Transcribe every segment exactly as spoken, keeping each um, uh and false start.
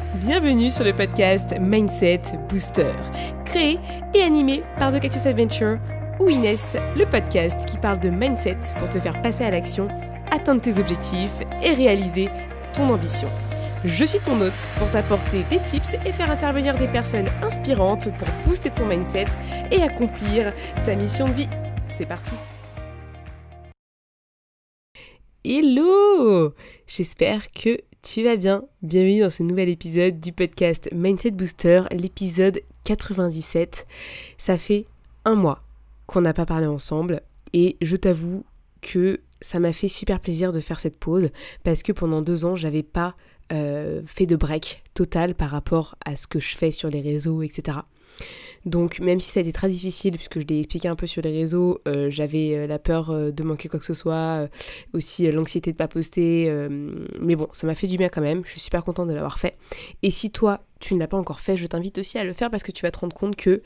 Bienvenue sur le podcast Mindset Booster, créé et animé par The Cactus Adventure ou Inès, le podcast qui parle de mindset pour te faire passer à l'action, atteindre tes objectifs et réaliser ton ambition. Je suis ton hôte pour t'apporter des tips et faire intervenir des personnes inspirantes pour booster ton mindset et accomplir ta mission de vie. C'est parti! Hello! J'espère que tu vas bien. Bienvenue dans ce nouvel épisode du podcast Mindset Booster, l'épisode quatre-vingt-dix-sept. Ça fait un mois qu'on n'a pas parlé ensemble et je t'avoue que ça m'a fait super plaisir de faire cette pause parce que pendant deux ans, j'avais pas euh, fait de break total par rapport à ce que je fais sur les réseaux, et cetera. Donc même si ça a été très difficile, puisque je l'ai expliqué un peu sur les réseaux, euh, j'avais euh, la peur euh, de manquer quoi que ce soit, euh, aussi euh, l'anxiété de pas poster, euh, mais bon, ça m'a fait du bien quand même, je suis super contente de l'avoir fait. Et si toi, tu ne l'as pas encore fait, je t'invite aussi à le faire parce que tu vas te rendre compte que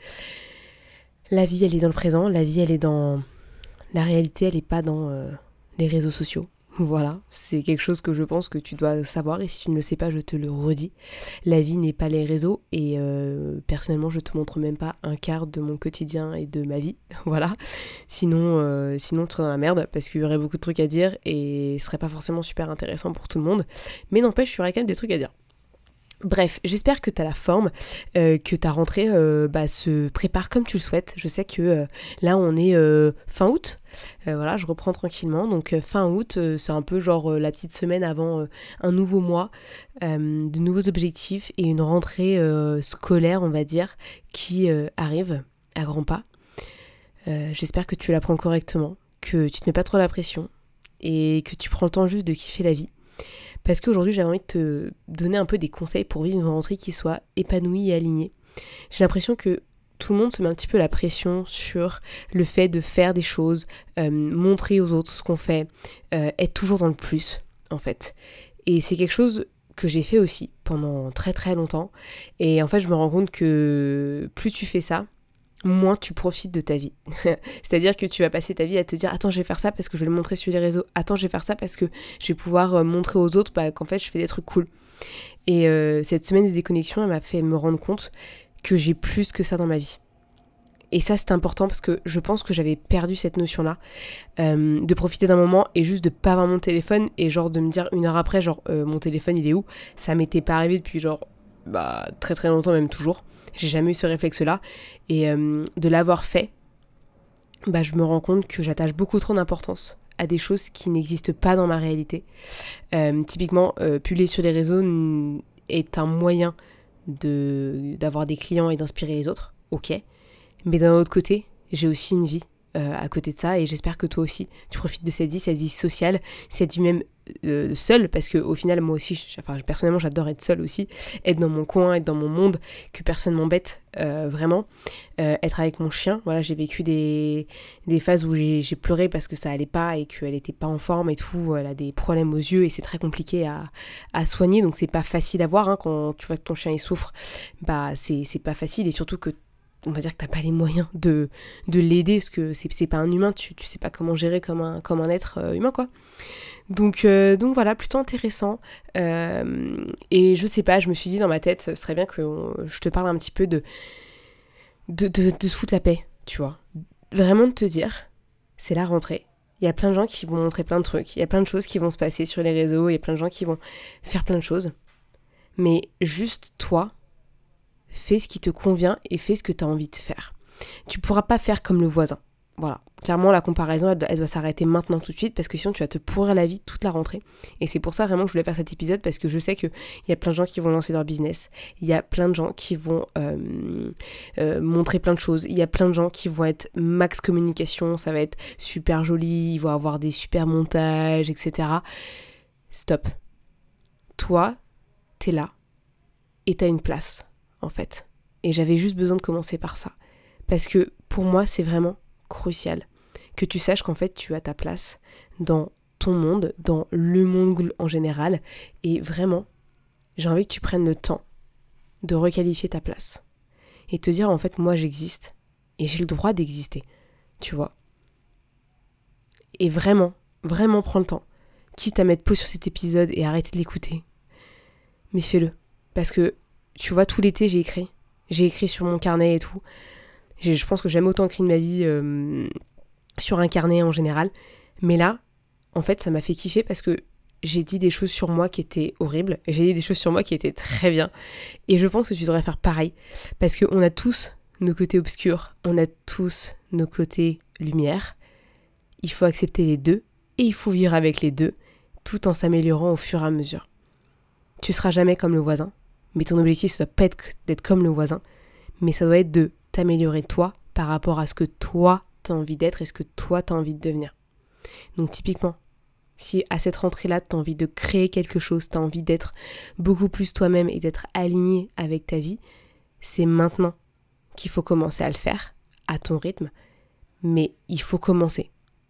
la vie, elle est dans le présent, la vie, elle est dans la réalité, elle n'est pas dans euh, les réseaux sociaux. Voilà, c'est quelque chose que je pense que tu dois savoir et si tu ne le sais pas, je te le redis. La vie n'est pas les réseaux et euh, personnellement, je te montre même pas un quart de mon quotidien et de ma vie. Voilà, sinon, euh, sinon tu serais dans la merde parce qu'il y aurait beaucoup de trucs à dire et ce serait pas forcément super intéressant pour tout le monde. Mais n'empêche, il y aurait quand même des trucs à dire. Bref, j'espère que tu as la forme, euh, que ta rentrée euh, bah, se prépare comme tu le souhaites. Je sais que euh, là, on est euh, fin août. Euh, voilà, je reprends tranquillement. Donc euh, fin août, euh, c'est un peu genre euh, la petite semaine avant euh, un nouveau mois, euh, de nouveaux objectifs et une rentrée euh, scolaire, on va dire, qui euh, arrive à grands pas. Euh, j'espère que tu la prends correctement, que tu te mets pas trop la pression et que tu prends le temps juste de kiffer la vie. Parce qu'aujourd'hui, j'avais envie de te donner un peu des conseils pour vivre une rentrée qui soit épanouie et alignée. J'ai l'impression que tout le monde se met un petit peu la pression sur le fait de faire des choses, euh, montrer aux autres ce qu'on fait, euh, être toujours dans le plus, en fait. Et c'est quelque chose que j'ai fait aussi pendant très très longtemps. Et en fait, je me rends compte que plus tu fais ça, moins tu profites de ta vie. C'est-à-dire que tu vas passer ta vie à te dire « Attends, je vais faire ça parce que je vais le montrer sur les réseaux. Attends, je vais faire ça parce que je vais pouvoir euh, montrer aux autres bah, qu'en fait, je fais des trucs cool. » Et euh, cette semaine de déconnexion, elle m'a fait me rendre compte que j'ai plus que ça dans ma vie. Et ça, c'est important parce que je pense que j'avais perdu cette notion-là, euh, de profiter d'un moment et juste de pas avoir mon téléphone et genre de me dire une heure après, genre euh, mon téléphone, il est où ? Ça m'était pas arrivé depuis genre bah, très très longtemps, même toujours. J'ai jamais eu ce réflexe-là. Et euh, de l'avoir fait, bah, je me rends compte que j'attache beaucoup trop d'importance à des choses qui n'existent pas dans ma réalité. Euh, typiquement, euh, publier sur les réseaux n- est un moyen de, d'avoir des clients et d'inspirer les autres. Ok. Mais d'un autre côté, j'ai aussi une vie euh, à côté de ça et j'espère que toi aussi, tu profites de cette vie, cette vie sociale, cette vie même euh, seule, parce qu'au final, moi aussi, enfin, personnellement, j'adore être seule aussi, être dans mon coin, être dans mon monde, que personne m'embête, euh, vraiment, euh, être avec mon chien. Voilà, j'ai vécu des, des phases où j'ai, j'ai pleuré parce que ça allait pas et qu'elle était pas en forme et tout, elle a des problèmes aux yeux et c'est très compliqué à, à soigner, donc c'est pas facile à voir, hein, quand tu vois que ton chien il souffre, bah c'est, c'est pas facile et surtout que on va dire que t'as pas les moyens de, de l'aider parce que c'est, c'est pas un humain, tu, tu sais pas comment gérer comme un, comme un être euh, humain quoi. Donc, euh, donc voilà, plutôt intéressant. Euh, et je sais pas, je me suis dit dans ma tête, ce serait bien que on, je te parle un petit peu de, de, de, de se foutre la paix, tu vois. Vraiment de te dire, c'est la rentrée. Il y a plein de gens qui vont montrer plein de trucs, il y a plein de choses qui vont se passer sur les réseaux, il y a plein de gens qui vont faire plein de choses. Mais juste toi, fais ce qui te convient et fais ce que tu as envie de faire. Tu pourras pas faire comme le voisin. Voilà. Clairement, la comparaison, elle doit, elle doit s'arrêter maintenant tout de suite parce que sinon, tu vas te pourrir la vie toute la rentrée. Et c'est pour ça vraiment que je voulais faire cet épisode parce que je sais qu'il y a plein de gens qui vont lancer leur business. Il y a plein de gens qui vont euh, euh, montrer plein de choses. Il y a plein de gens qui vont être max communication. Ça va être super joli. Ils vont avoir des super montages, et cetera. Stop. Toi, t'es là et t'as une place. En fait. Et j'avais juste besoin de commencer par ça. Parce que pour moi, c'est vraiment crucial que tu saches qu'en fait, tu as ta place dans ton monde, dans le monde en général. Et vraiment, j'ai envie que tu prennes le temps de requalifier ta place. Et te dire, en fait, moi, j'existe. Et j'ai le droit d'exister. Tu vois. Et vraiment, vraiment, prends le temps. Quitte à mettre pause sur cet épisode et arrêter de l'écouter. Mais fais-le. Parce que, tu vois, tout l'été, j'ai écrit. J'ai écrit sur mon carnet et tout. J'ai, je pense que j'ai jamais autant écrit de ma vie euh, sur un carnet en général. Mais là, en fait, ça m'a fait kiffer parce que j'ai dit des choses sur moi qui étaient horribles. J'ai dit des choses sur moi qui étaient très bien. Et je pense que tu devrais faire pareil. Parce qu'on a tous nos côtés obscurs. On a tous nos côtés lumière. Il faut accepter les deux. Et il faut vivre avec les deux. Tout en s'améliorant au fur et à mesure. Tu seras jamais comme le voisin. Mais ton objectif, ça doit pas être d'être comme le voisin, mais ça doit être de t'améliorer toi par rapport à ce que toi t'as envie d'être et ce que toi t'as envie de devenir. Donc typiquement, si à cette rentrée-là, t'as envie de créer quelque chose, t'as envie d'être beaucoup plus toi-même et d'être aligné avec ta vie, c'est maintenant qu'il faut commencer à le faire, à ton rythme, mais il faut commencer.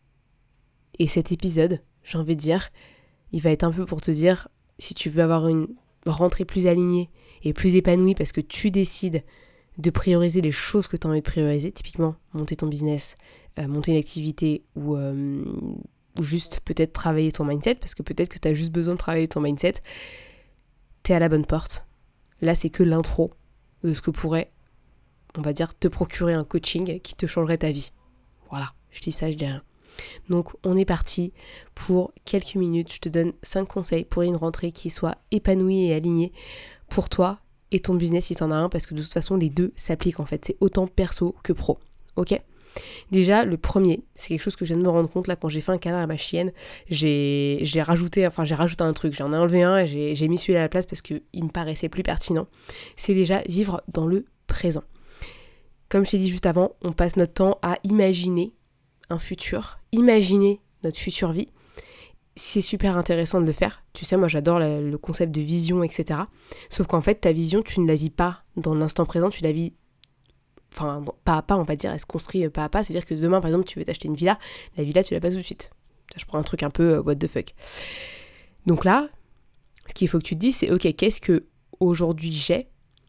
Et cet épisode, j'ai envie de dire, il va être un peu pour te dire, si tu veux avoir une rentrée plus alignée et plus épanouie parce que tu décides de prioriser les choses que tu as envie de prioriser, typiquement monter ton business, euh, monter une activité ou, euh, ou juste peut-être travailler ton mindset, parce que peut-être que tu as juste besoin de travailler ton mindset, tu es à la bonne porte. Là, c'est que l'intro de ce que pourrait, on va dire, te procurer un coaching qui te changerait ta vie. Voilà, je dis ça, je dis rien. Donc on est parti pour quelques minutes, je te donne cinq conseils pour une rentrée qui soit épanouie et alignée pour toi et ton business si t'en as un, parce que de toute façon les deux s'appliquent en fait, c'est autant perso que pro, ok ? Déjà le premier, c'est quelque chose que je viens de me rendre compte là quand j'ai fait un câlin à ma chienne, j'ai, j'ai rajouté, enfin j'ai rajouté un truc, j'en ai enlevé un et j'ai, j'ai mis celui-là à la place parce qu'il me paraissait plus pertinent, c'est déjà vivre dans le présent. Comme je t'ai dit juste avant, on passe notre temps à imaginer un futur, imaginer notre future vie, c'est super intéressant de le faire. Tu sais, moi j'adore le, le concept de vision, et cetera. Sauf qu'en fait, ta vision, tu ne la vis pas dans l'instant présent, tu la vis, enfin, pas à pas, on va dire, elle se construit pas à pas. C'est-à-dire que demain, par exemple, tu veux t'acheter une villa, la villa, tu la passes tout de suite. Je prends un truc un peu uh, what the fuck. Donc là, ce qu'il faut que tu te dises, c'est ok, qu'est-ce que aujourd'hui j'ai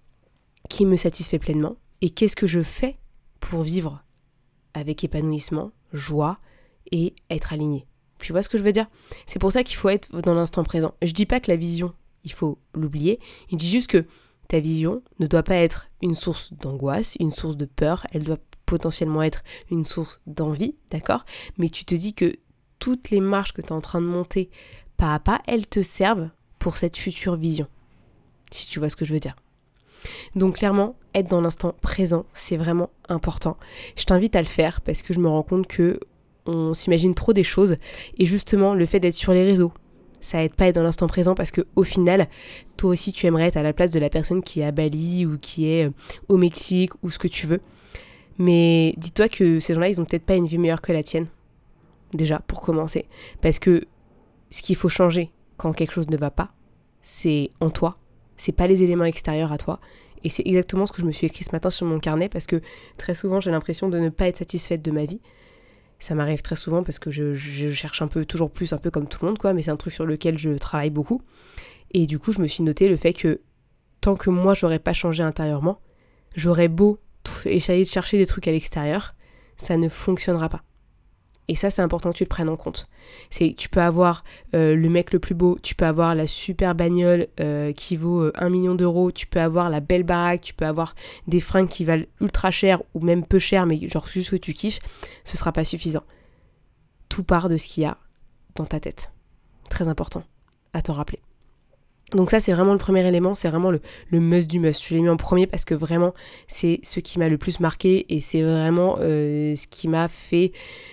qui me satisfait pleinement et qu'est-ce que je fais pour vivre avec épanouissement, joie et être aligné. Tu vois ce que je veux dire ? C'est pour ça qu'il faut être dans l'instant présent. Je dis pas que la vision, il faut l'oublier. Il dit juste que ta vision ne doit pas être une source d'angoisse, une source de peur. Elle doit potentiellement être une source d'envie, d'accord ? Mais tu te dis que toutes les marches que tu es en train de monter pas à pas, elles te servent pour cette future vision. Si tu vois ce que je veux dire. Donc clairement, être dans l'instant présent, c'est vraiment important. Je t'invite à le faire parce que je me rends compte que on s'imagine trop des choses et justement le fait d'être sur les réseaux, ça aide pas à être dans l'instant présent parce que au final, toi aussi tu aimerais être à la place de la personne qui est à Bali ou qui est au Mexique ou ce que tu veux. Mais dis-toi que ces gens-là, ils ont peut-être pas une vie meilleure que la tienne. Déjà, pour commencer. Parce que ce qu'il faut changer quand quelque chose ne va pas, c'est en toi. C'est pas les éléments extérieurs à toi. Et c'est exactement ce que je me suis écrit ce matin sur mon carnet parce que très souvent, j'ai l'impression de ne pas être satisfaite de ma vie. Ça m'arrive très souvent parce que je, je cherche un peu, toujours plus, un peu comme tout le monde, quoi. Mais c'est un truc sur lequel je travaille beaucoup. Et du coup, je me suis noté le fait que tant que moi, j'aurais pas changé intérieurement, j'aurais beau essayer de chercher des trucs à l'extérieur, ça ne fonctionnera pas. Et ça, c'est important que tu le prennes en compte. C'est, tu peux avoir euh, le mec le plus beau, tu peux avoir la super bagnole euh, qui vaut euh, un million d'euros, tu peux avoir la belle baraque, tu peux avoir des fringues qui valent ultra cher ou même peu cher, mais genre juste que tu kiffes, ce sera pas suffisant. Tout part de ce qu'il y a dans ta tête. Très important à t'en rappeler. Donc ça, c'est vraiment le premier élément, c'est vraiment le, le must du must. Je l'ai mis en premier parce que vraiment, c'est ce qui m'a le plus marqué et c'est vraiment euh, ce qui m'a fait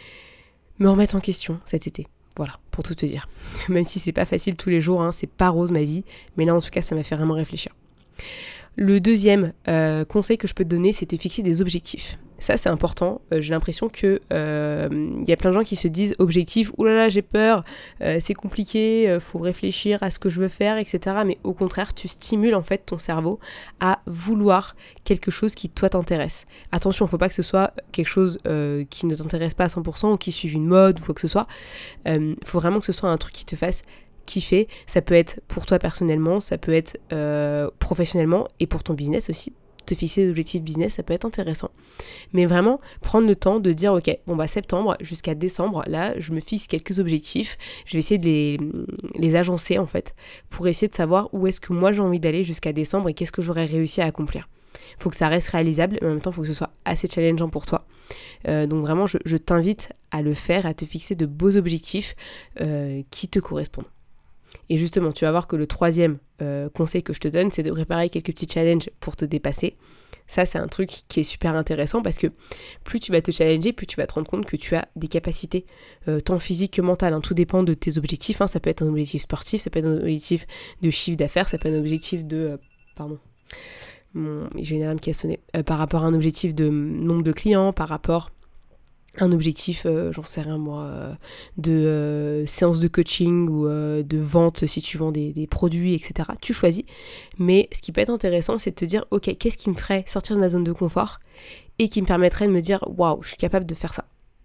me remettre en question cet été. Voilà, pour tout te dire. Même si c'est pas facile tous les jours, hein, c'est pas rose ma vie, mais là en tout cas ça m'a fait vraiment réfléchir. Le deuxième euh, conseil que je peux te donner, c'est de te fixer des objectifs. Ça c'est important, euh, j'ai l'impression que euh, y a plein de gens qui se disent objectif, oulala j'ai peur, euh, c'est compliqué, euh, faut réfléchir à ce que je veux faire, et cetera. Mais au contraire, tu stimules en fait ton cerveau à vouloir quelque chose qui toi t'intéresse. Attention, faut pas que ce soit quelque chose euh, qui ne t'intéresse pas à cent pour cent ou qui suive une mode ou quoi que ce soit. Euh, faut vraiment que ce soit un truc qui te fasse kiffer. Ça peut être pour toi personnellement, ça peut être euh, professionnellement et pour ton business aussi. te fixer des objectifs business, ça peut être intéressant. Mais vraiment, prendre le temps de dire, ok, bon bah septembre jusqu'à décembre, là, je me fixe quelques objectifs, je vais essayer de les, les agencer en fait, pour essayer de savoir où est-ce que moi j'ai envie d'aller jusqu'à décembre et qu'est-ce que j'aurais réussi à accomplir. Il faut que ça reste réalisable, mais en même temps, il faut que ce soit assez challengeant pour toi. Euh, donc vraiment, je, je t'invite à le faire, à te fixer de beaux objectifs euh, qui te correspondent. Et justement, tu vas voir que le troisième euh, conseil que je te donne, c'est de préparer quelques petits challenges pour te dépasser. Ça, c'est un truc qui est super intéressant parce que plus tu vas te challenger, plus tu vas te rendre compte que tu as des capacités, euh, tant physiques que mentales. Hein, tout dépend de tes objectifs. Hein, ça peut être un objectif sportif, ça peut être un objectif de chiffre d'affaires, ça peut être un objectif de... Euh, pardon. Mon, j'ai une alarme qui a sonné. Euh, par rapport à un objectif de nombre de clients, par rapport... un objectif, euh, j'en sais rien moi, euh, de euh, séance de coaching ou euh, de vente si tu vends des, des produits, et cetera. Tu choisis. Mais ce qui peut être intéressant, c'est de te dire, ok, qu'est-ce qui me ferait sortir de ma zone de confort et qui me permettrait de me dire, waouh, je suis capable de faire ça.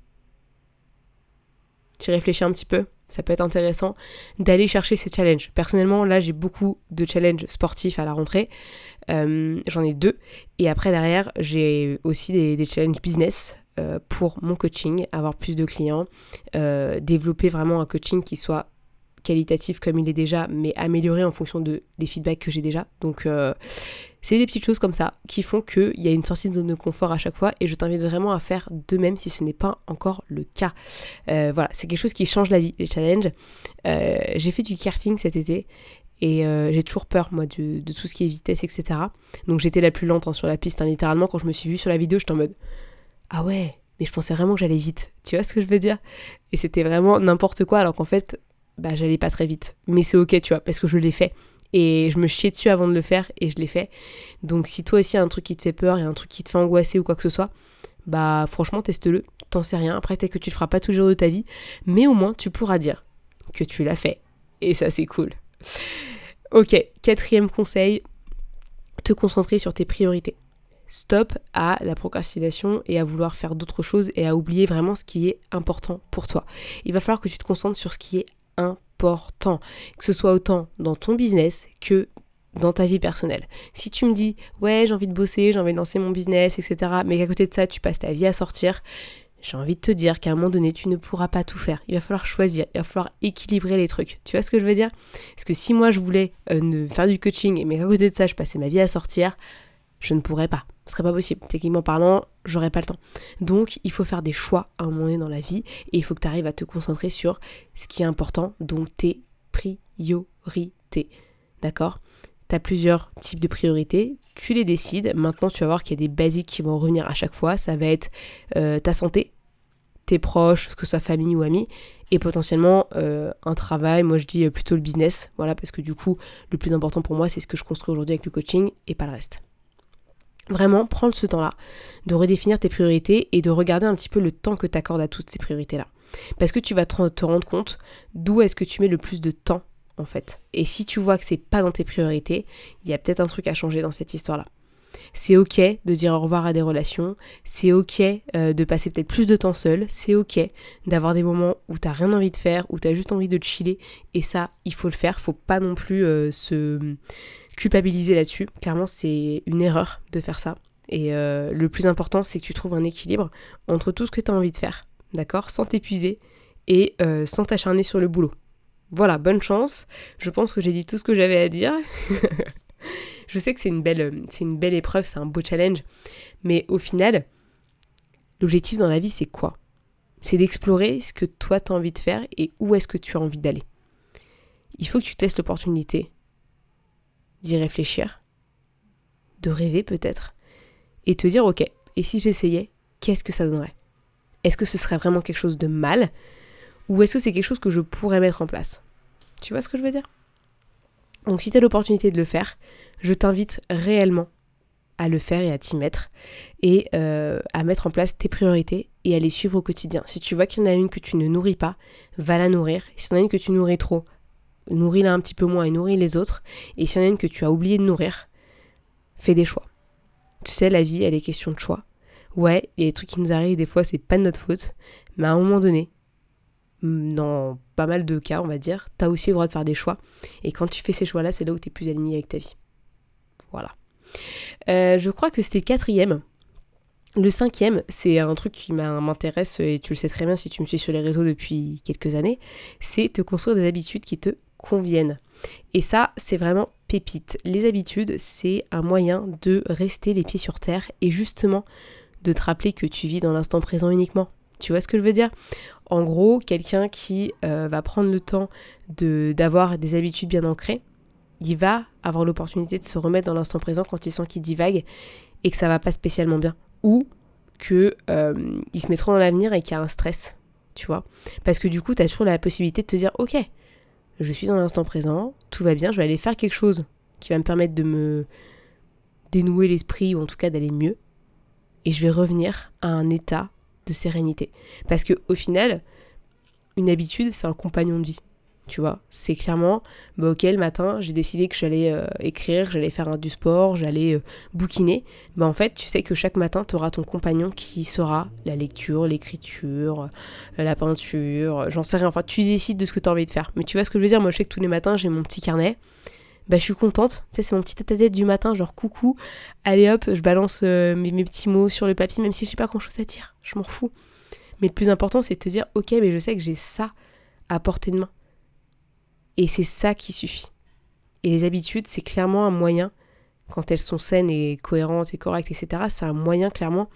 Tu réfléchis un petit peu, ça peut être intéressant d'aller chercher ces challenges. Personnellement, là, j'ai beaucoup de challenges sportifs à la rentrée. Euh, j'en ai deux. Et après, derrière, j'ai aussi des, des challenges business euh, pour mon coaching, avoir plus de clients, euh, développer vraiment un coaching qui soit qualitatif comme il est déjà, mais amélioré en fonction de, des feedbacks que j'ai déjà. Donc, euh, c'est des petites choses comme ça qui font qu'il y a une sortie de zone de confort à chaque fois et je t'invite vraiment à faire de même si ce n'est pas encore le cas. Euh, voilà, c'est quelque chose qui change la vie, les challenges. Euh, j'ai fait du karting cet été et euh, j'ai toujours peur, moi, de, de tout ce qui est vitesse, et cetera. Donc, j'étais la plus lente hein, sur la piste. Hein, littéralement, quand je me suis vue sur la vidéo, j'étais en mode « Ah ouais, mais je pensais vraiment que j'allais vite. » Tu vois ce que je veux dire ? Et c'était vraiment n'importe quoi alors qu'en fait... bah j'allais pas très vite, mais c'est ok tu vois, parce que je l'ai fait, et je me chiais dessus avant de le faire, et je l'ai fait, donc si toi aussi il y a un truc qui te fait peur, et un truc qui te fait angoisser ou quoi que ce soit, bah franchement teste-le, t'en sais rien, après peut-être que tu le feras pas tous les jours de ta vie, mais au moins tu pourras dire que tu l'as fait, et ça c'est cool. Ok, quatrième conseil, te concentrer sur tes priorités. Stop à la procrastination et à vouloir faire d'autres choses et à oublier vraiment ce qui est important pour toi. Il va falloir que tu te concentres sur ce qui est important, que ce soit autant dans ton business que dans ta vie personnelle. Si tu me dis « ouais, j'ai envie de bosser, j'ai envie de lancer mon business, et cetera » mais qu'à côté de ça, tu passes ta vie à sortir, j'ai envie de te dire qu'à un moment donné, tu ne pourras pas tout faire. Il va falloir choisir, il va falloir équilibrer les trucs. Tu vois ce que je veux dire ? Parce que si moi, je voulais euh, ne faire du coaching, mais qu'à côté de ça, je passais ma vie à sortir, je ne pourrais pas. Ce serait pas possible. Techniquement parlant, j'aurais pas le temps. Donc, il faut faire des choix à un moment donné dans la vie et il faut que tu arrives à te concentrer sur ce qui est important, donc tes priorités. D'accord ? Tu as plusieurs types de priorités, tu les décides. Maintenant, tu vas voir qu'il y a des basiques qui vont revenir à chaque fois. Ça va être euh, ta santé, tes proches, que ce soit famille ou amis, et potentiellement euh, un travail. Moi, je dis plutôt le business. Voilà, parce que du coup, le plus important pour moi, c'est ce que je construis aujourd'hui avec le coaching et pas le reste. Vraiment, prendre ce temps-là, de redéfinir tes priorités et de regarder un petit peu le temps que tu accordes à toutes ces priorités-là. Parce que tu vas te, te rendre compte d'où est-ce que tu mets le plus de temps, en fait. Et si tu vois que c'est pas dans tes priorités, il y a peut-être un truc à changer dans cette histoire-là. C'est ok de dire au revoir à des relations, c'est ok euh, de passer peut-être plus de temps seul, c'est ok d'avoir des moments où t'as rien envie de faire, où t'as juste envie de chiller, et ça, il faut le faire, faut pas non plus euh, se... culpabiliser là-dessus. Clairement, c'est une erreur de faire ça. Et euh, le plus important, c'est que tu trouves un équilibre entre tout ce que tu as envie de faire, d'accord ? Sans t'épuiser et euh, sans t'acharner sur le boulot. Voilà, bonne chance. Je pense que j'ai dit tout ce que j'avais à dire. Je sais que c'est une belle, c'est une belle épreuve, c'est un beau challenge. Mais au final, l'objectif dans la vie, c'est quoi ? C'est d'explorer ce que toi, tu as envie de faire et où est-ce que tu as envie d'aller. Il faut que tu testes l'opportunité d'y réfléchir, de rêver peut-être, et te dire ok, et si j'essayais, qu'est-ce que ça donnerait ? Est-ce que ce serait vraiment quelque chose de mal, ou est-ce que c'est quelque chose que je pourrais mettre en place ? Tu vois ce que je veux dire ? Donc si tu as l'opportunité de le faire, je t'invite réellement à le faire et à t'y mettre, et euh, à mettre en place tes priorités et à les suivre au quotidien. Si tu vois qu'il y en a une que tu ne nourris pas, va la nourrir. Si il y en a une que tu nourris trop, nourris-la un petit peu moins et nourris les autres. Et s'il y en a une que tu as oublié de nourrir, fais des choix. Tu sais, la vie, elle est question de choix. Ouais, il y a des trucs qui nous arrivent, des fois, c'est pas de notre faute. Mais à un moment donné, dans pas mal de cas, on va dire, t'as aussi le droit de faire des choix. Et quand tu fais ces choix-là, c'est là où t'es plus aligné avec ta vie. Voilà. Euh, je crois que c'était quatrième. Le cinquième, c'est un truc qui m'intéresse et tu le sais très bien si tu me suis sur les réseaux depuis quelques années, c'est te construire des habitudes qui te conviennent. Et ça, c'est vraiment pépite. Les habitudes, c'est un moyen de rester les pieds sur terre et justement de te rappeler que tu vis dans l'instant présent uniquement. Tu vois ce que je veux dire ? En gros, quelqu'un qui euh, va prendre le temps de, d'avoir des habitudes bien ancrées, il va avoir l'opportunité de se remettre dans l'instant présent quand il sent qu'il divague et que ça va pas spécialement bien. Ou qu'il euh, se mettra dans l'avenir et qu'il y a un stress, tu vois. Parce que du coup, tu as toujours la possibilité de te dire, ok, je suis dans l'instant présent, tout va bien, je vais aller faire quelque chose qui va me permettre de me dénouer l'esprit ou en tout cas d'aller mieux. Et je vais revenir à un état de sérénité. Parce qu'au final, une habitude, c'est un compagnon de vie. Tu vois, c'est clairement, bah ok, le matin, j'ai décidé que j'allais euh, écrire, j'allais faire un, du sport, j'allais euh, bouquiner. Bah en fait, tu sais que chaque matin, tu auras ton compagnon qui sera la lecture, l'écriture, euh, la peinture, euh, j'en sais rien. Enfin, tu décides de ce que tu as envie de faire. Mais tu vois ce que je veux dire ? Moi, je sais que tous les matins, j'ai mon petit carnet. Bah, je suis contente. Tu sais, c'est mon petit tête-à-tête du matin, genre coucou. Allez hop, je balance euh, mes, mes petits mots sur le papier, même si je sais pas grand-chose à dire. Je m'en fous. Mais le plus important, c'est de te dire, ok, mais je sais que j'ai ça à portée de main. Et c'est ça qui suffit. Et les habitudes, c'est clairement un moyen, quand elles sont saines et cohérentes et correctes, et cetera, c'est un moyen clairement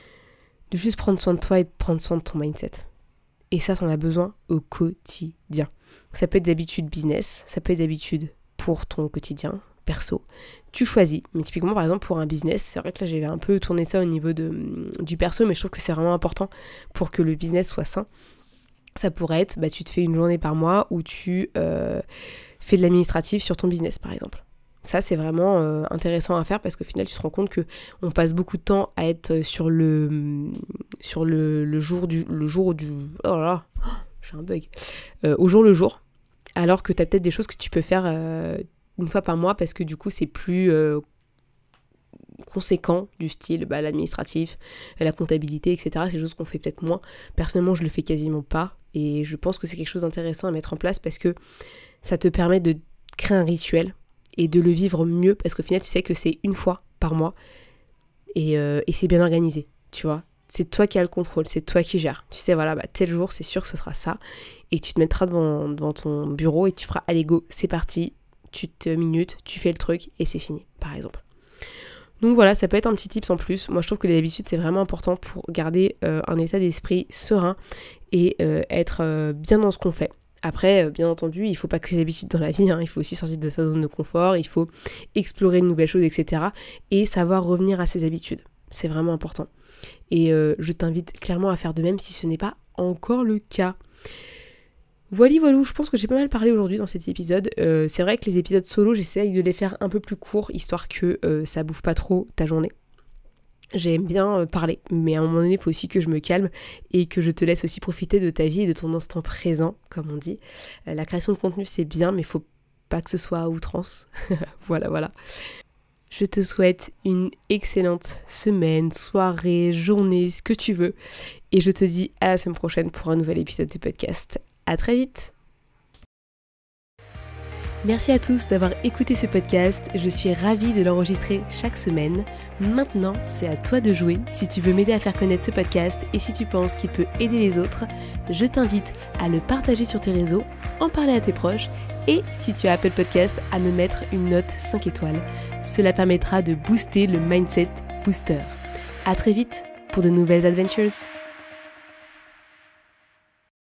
de juste prendre soin de toi et de prendre soin de ton mindset. Et ça, t'en as besoin au quotidien. Ça peut être des habitudes business, ça peut être des habitudes pour ton quotidien, perso. Tu choisis. Mais typiquement, par exemple, pour un business, c'est vrai que là, j'avais un peu tourné ça au niveau de, du perso, mais je trouve que c'est vraiment important pour que le business soit sain. Ça pourrait être, bah, tu te fais une journée par mois où tu euh, fais de l'administratif sur ton business, par exemple. Ça, c'est vraiment euh, intéressant à faire parce qu'au final, tu te rends compte qu'on passe beaucoup de temps à être sur le, sur le, le jour du... Le jour du oh là là, oh, j'ai un bug. Euh, au jour le jour, alors que tu as peut-être des choses que tu peux faire euh, une fois par mois parce que du coup, c'est plus... Euh, conséquents du style bah, l'administratif, la comptabilité, et cetera. C'est des choses qu'on fait peut-être moins. Personnellement, je le fais quasiment pas et je pense que c'est quelque chose d'intéressant à mettre en place parce que ça te permet de créer un rituel et de le vivre mieux parce qu'au final, tu sais que c'est une fois par mois et, euh, et c'est bien organisé, tu vois. C'est toi qui as le contrôle, c'est toi qui gères. Tu sais, voilà, bah, tel jour, c'est sûr que ce sera ça et tu te mettras devant, devant ton bureau et tu feras, allez go, c'est parti, tu te minutes, tu fais le truc et c'est fini, par exemple. Donc voilà, ça peut être un petit tips en plus. Moi, je trouve que les habitudes, c'est vraiment important pour garder euh, un état d'esprit serein et euh, être euh, bien dans ce qu'on fait. Après, euh, bien entendu, il ne faut pas que les habitudes dans la vie, hein. Il faut aussi sortir de sa zone de confort, il faut explorer de nouvelles choses, et cetera. Et savoir revenir à ses habitudes. C'est vraiment important. Et euh, je t'invite clairement à faire de même si ce n'est pas encore le cas. Voilà, voilà, je pense que j'ai pas mal parlé aujourd'hui dans cet épisode. Euh, c'est vrai que les épisodes solo, j'essaye de les faire un peu plus courts, histoire que euh, ça bouffe pas trop ta journée. J'aime bien euh, parler, mais à un moment donné, il faut aussi que je me calme et que je te laisse aussi profiter de ta vie et de ton instant présent, comme on dit. Euh, la création de contenu, c'est bien, mais il faut pas que ce soit à outrance. Voilà, voilà. Je te souhaite une excellente semaine, soirée, journée, ce que tu veux. Et je te dis à la semaine prochaine pour un nouvel épisode de podcast. À très vite. Merci à tous d'avoir écouté ce podcast, je suis ravie de l'enregistrer chaque semaine. Maintenant, c'est à toi de jouer. Si tu veux m'aider à faire connaître ce podcast et si tu penses qu'il peut aider les autres, je t'invite à le partager sur tes réseaux, en parler à tes proches et si tu as Apple Podcast, à me mettre une note cinq étoiles. Cela permettra de booster le Mindset Booster. À très vite pour de nouvelles adventures.